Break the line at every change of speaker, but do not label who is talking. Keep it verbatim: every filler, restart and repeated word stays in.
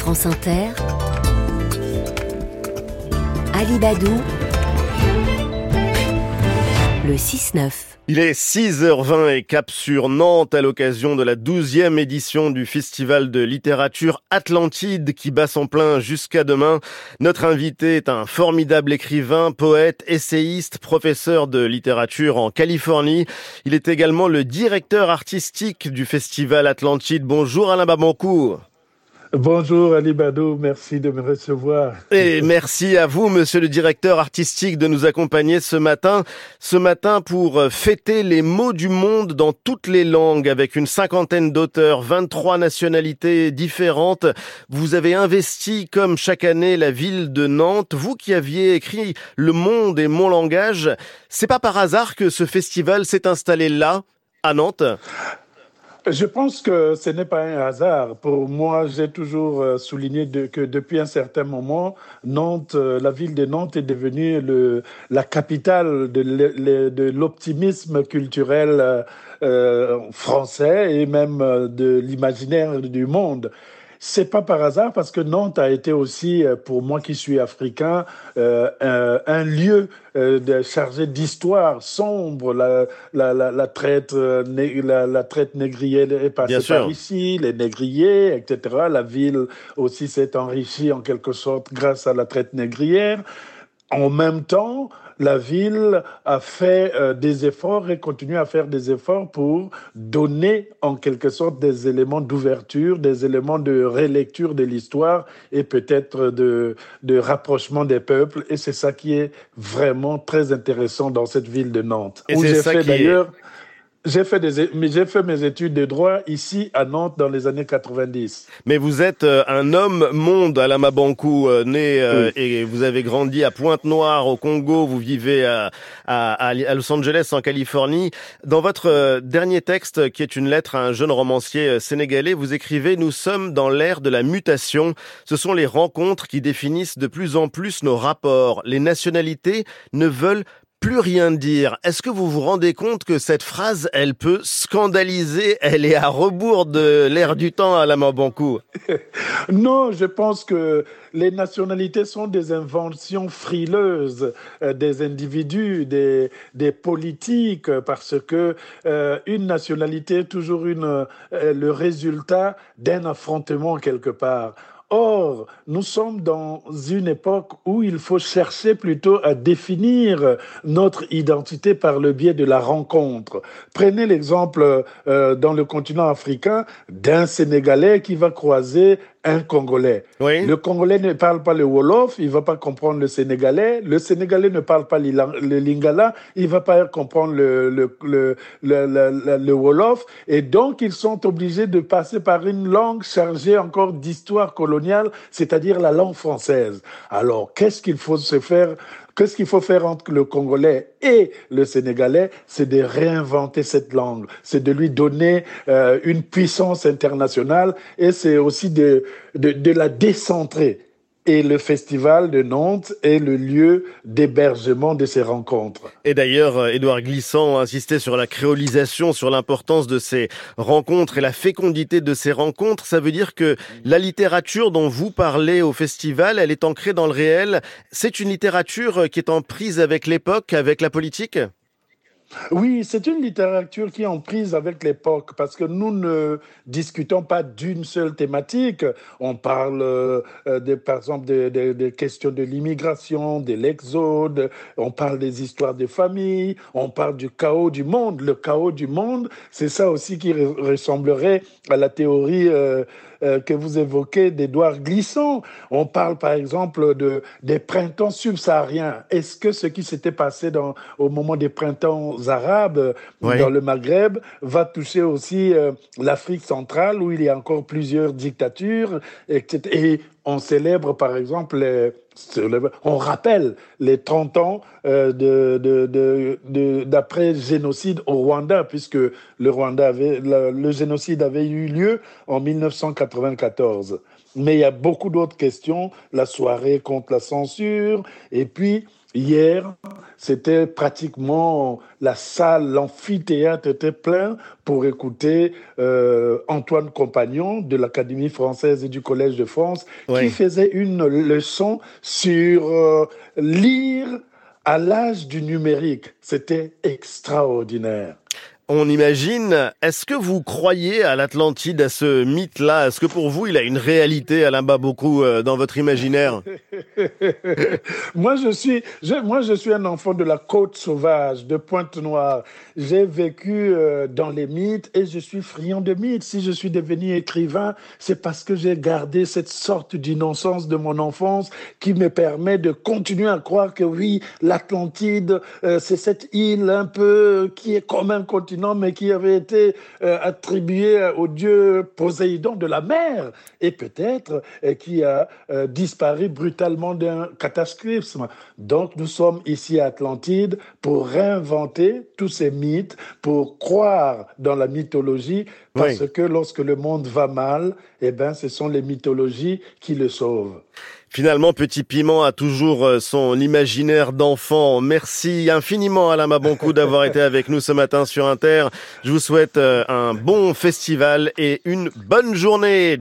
France Inter, Alibadou, le six neuf.
Il est six heures vingt et cap sur Nantes à l'occasion de la douzième édition du Festival de littérature Atlantide qui bat son plein jusqu'à demain. Notre invité est un formidable écrivain, poète, essayiste, professeur de littérature en Californie. Il est également le directeur artistique du Festival Atlantide. Bonjour Alain Babancourt.
Bonjour Alibadou, merci de me recevoir.
Et merci à vous, monsieur le directeur artistique, de nous accompagner ce matin. Ce matin pour fêter les mots du monde dans toutes les langues avec une cinquantaine d'auteurs, vingt-trois nationalités différentes. Vous avez investi, comme chaque année, la ville de Nantes. Vous qui aviez écrit Le Monde et mon langage, c'est pas par hasard que ce festival s'est installé là, à Nantes ?
Je pense que ce n'est pas un hasard. Pour moi, j'ai toujours souligné de, que depuis un certain moment, Nantes, la ville de Nantes est devenue le, la capitale de, le, de l'optimisme culturel euh, français et même de l'imaginaire du monde. C'est pas par hasard parce que Nantes a été aussi, pour moi qui suis africain, euh, un, un lieu euh, de, chargé d'histoire sombre. La, la, la, la, traite, né, la, la traite négrière est passée par ici, les négriers, et cetera. La ville aussi s'est enrichie en quelque sorte grâce à la traite négrière. En même temps, la ville a fait euh, des efforts et continue à faire des efforts pour donner en quelque sorte des éléments d'ouverture, des éléments de relecture de l'histoire et peut-être de, de rapprochement des peuples. Et c'est ça qui est vraiment très intéressant dans cette ville de Nantes.
Et
où
c'est
j'ai
ça
fait
qui
d'ailleurs...
Est...
J'ai fait, des, j'ai fait mes études de droit ici à Nantes dans les années quatre-vingt-dix.
Mais vous êtes un homme monde, Alain Babancourt, né euh, oui. et vous avez grandi à Pointe-Noire au Congo, vous vivez à, à, à Los Angeles en Californie. Dans votre dernier texte, qui est une lettre à un jeune romancier sénégalais, vous écrivez « Nous sommes dans l'ère de la mutation. Ce sont les rencontres qui définissent de plus en plus nos rapports. Les nationalités ne veulent plus rien dire ». Est-ce que vous vous rendez compte que cette phrase, elle peut scandaliser, elle est à rebours de l'ère du temps, Alain Babancourt?
Non, je pense que les nationalités sont des inventions frileuses euh, des individus, des, des politiques, parce que euh, une nationalité est toujours une, euh, le résultat d'un affrontement quelque part. Or, nous sommes dans une époque où il faut chercher plutôt à définir notre identité par le biais de la rencontre. Prenez l'exemple euh, dans le continent africain d'un Sénégalais qui va croiser un Congolais. Oui. Le Congolais ne parle pas le Wolof, il ne va pas comprendre le Sénégalais. Le Sénégalais ne parle pas le Lingala, il ne va pas comprendre le, le, le, le, le, le Wolof. Et donc, ils sont obligés de passer par une langue chargée encore d'histoire coloniale, c'est-à-dire la langue française. Alors, qu'est-ce qu'il faut se faire ? Qu'est-ce qu'il faut faire entre le Congolais et le Sénégalais? C'est de réinventer cette langue, c'est de lui donner euh, une puissance internationale et c'est aussi de, de, de la décentrer. Et le Festival de Nantes est le lieu d'hébergement de ces rencontres.
Et d'ailleurs, Édouard Glissant insistait sur la créolisation, sur l'importance de ces rencontres et la fécondité de ces rencontres. Ça veut dire que la littérature dont vous parlez au festival, elle est ancrée dans le réel. C'est une littérature qui est en prise avec l'époque, avec la politique ?
Oui, c'est une littérature qui est en prise avec l'époque parce que nous ne discutons pas d'une seule thématique. On parle, euh, de, par exemple, des de, de questions de l'immigration, de l'exode, on parle des histoires de famille, on parle du chaos du monde. Le chaos du monde, c'est ça aussi qui re- ressemblerait à la théorie euh, euh, que vous évoquez d'Édouard Glissant. On parle, par exemple, de, des printemps subsahariens. Est-ce que ce qui s'était passé dans, au moment des printemps arabes oui. dans le Maghreb va toucher aussi euh, l'Afrique centrale où il y a encore plusieurs dictatures, et cetera. Et on célèbre par exemple, les, on rappelle les trente ans euh, de, de, de, de, d'après génocide au Rwanda, puisque le, Rwanda avait, le, le génocide avait eu lieu en dix-neuf cent quatre-vingt-quatorze. Mais il y a beaucoup d'autres questions, la soirée contre la censure, et puis Hier, c'était pratiquement la salle, l'amphithéâtre était plein pour écouter euh, Antoine Compagnon de l'Académie française et du Collège de France qui
Oui.
faisait une leçon sur euh, lire à l'âge du numérique. C'était extraordinaire.
On imagine, est-ce que vous croyez à l'Atlantide, à ce mythe-là? Est-ce que pour vous, il a une réalité, Alain Babocou, euh, dans votre imaginaire?
moi, je suis, je, moi, je suis un enfant de la côte sauvage, de Pointe-Noire. J'ai vécu euh, dans les mythes et je suis friand de mythes. Si je suis devenu écrivain, c'est parce que j'ai gardé cette sorte d'innocence de mon enfance qui me permet de continuer à croire que oui, l'Atlantide, euh, c'est cette île un peu qui est comme un continent, mais qui avait été euh, attribuée au dieu Poséidon de la mer et peut-être euh, qui a euh, disparu brutalement d'un cataclysme. Donc nous sommes ici à Atlantide pour réinventer tous ces mythes, pour croire dans la mythologie, parce
Oui.
que lorsque le monde va mal, eh ben, ce sont les mythologies qui le sauvent.
Finalement, Petit Piment a toujours euh, son imaginaire d'enfant. Merci infiniment, Alain Maboncou, d'avoir été avec nous ce matin sur Inter. Je vous souhaite euh, un bon festival et une bonne journée.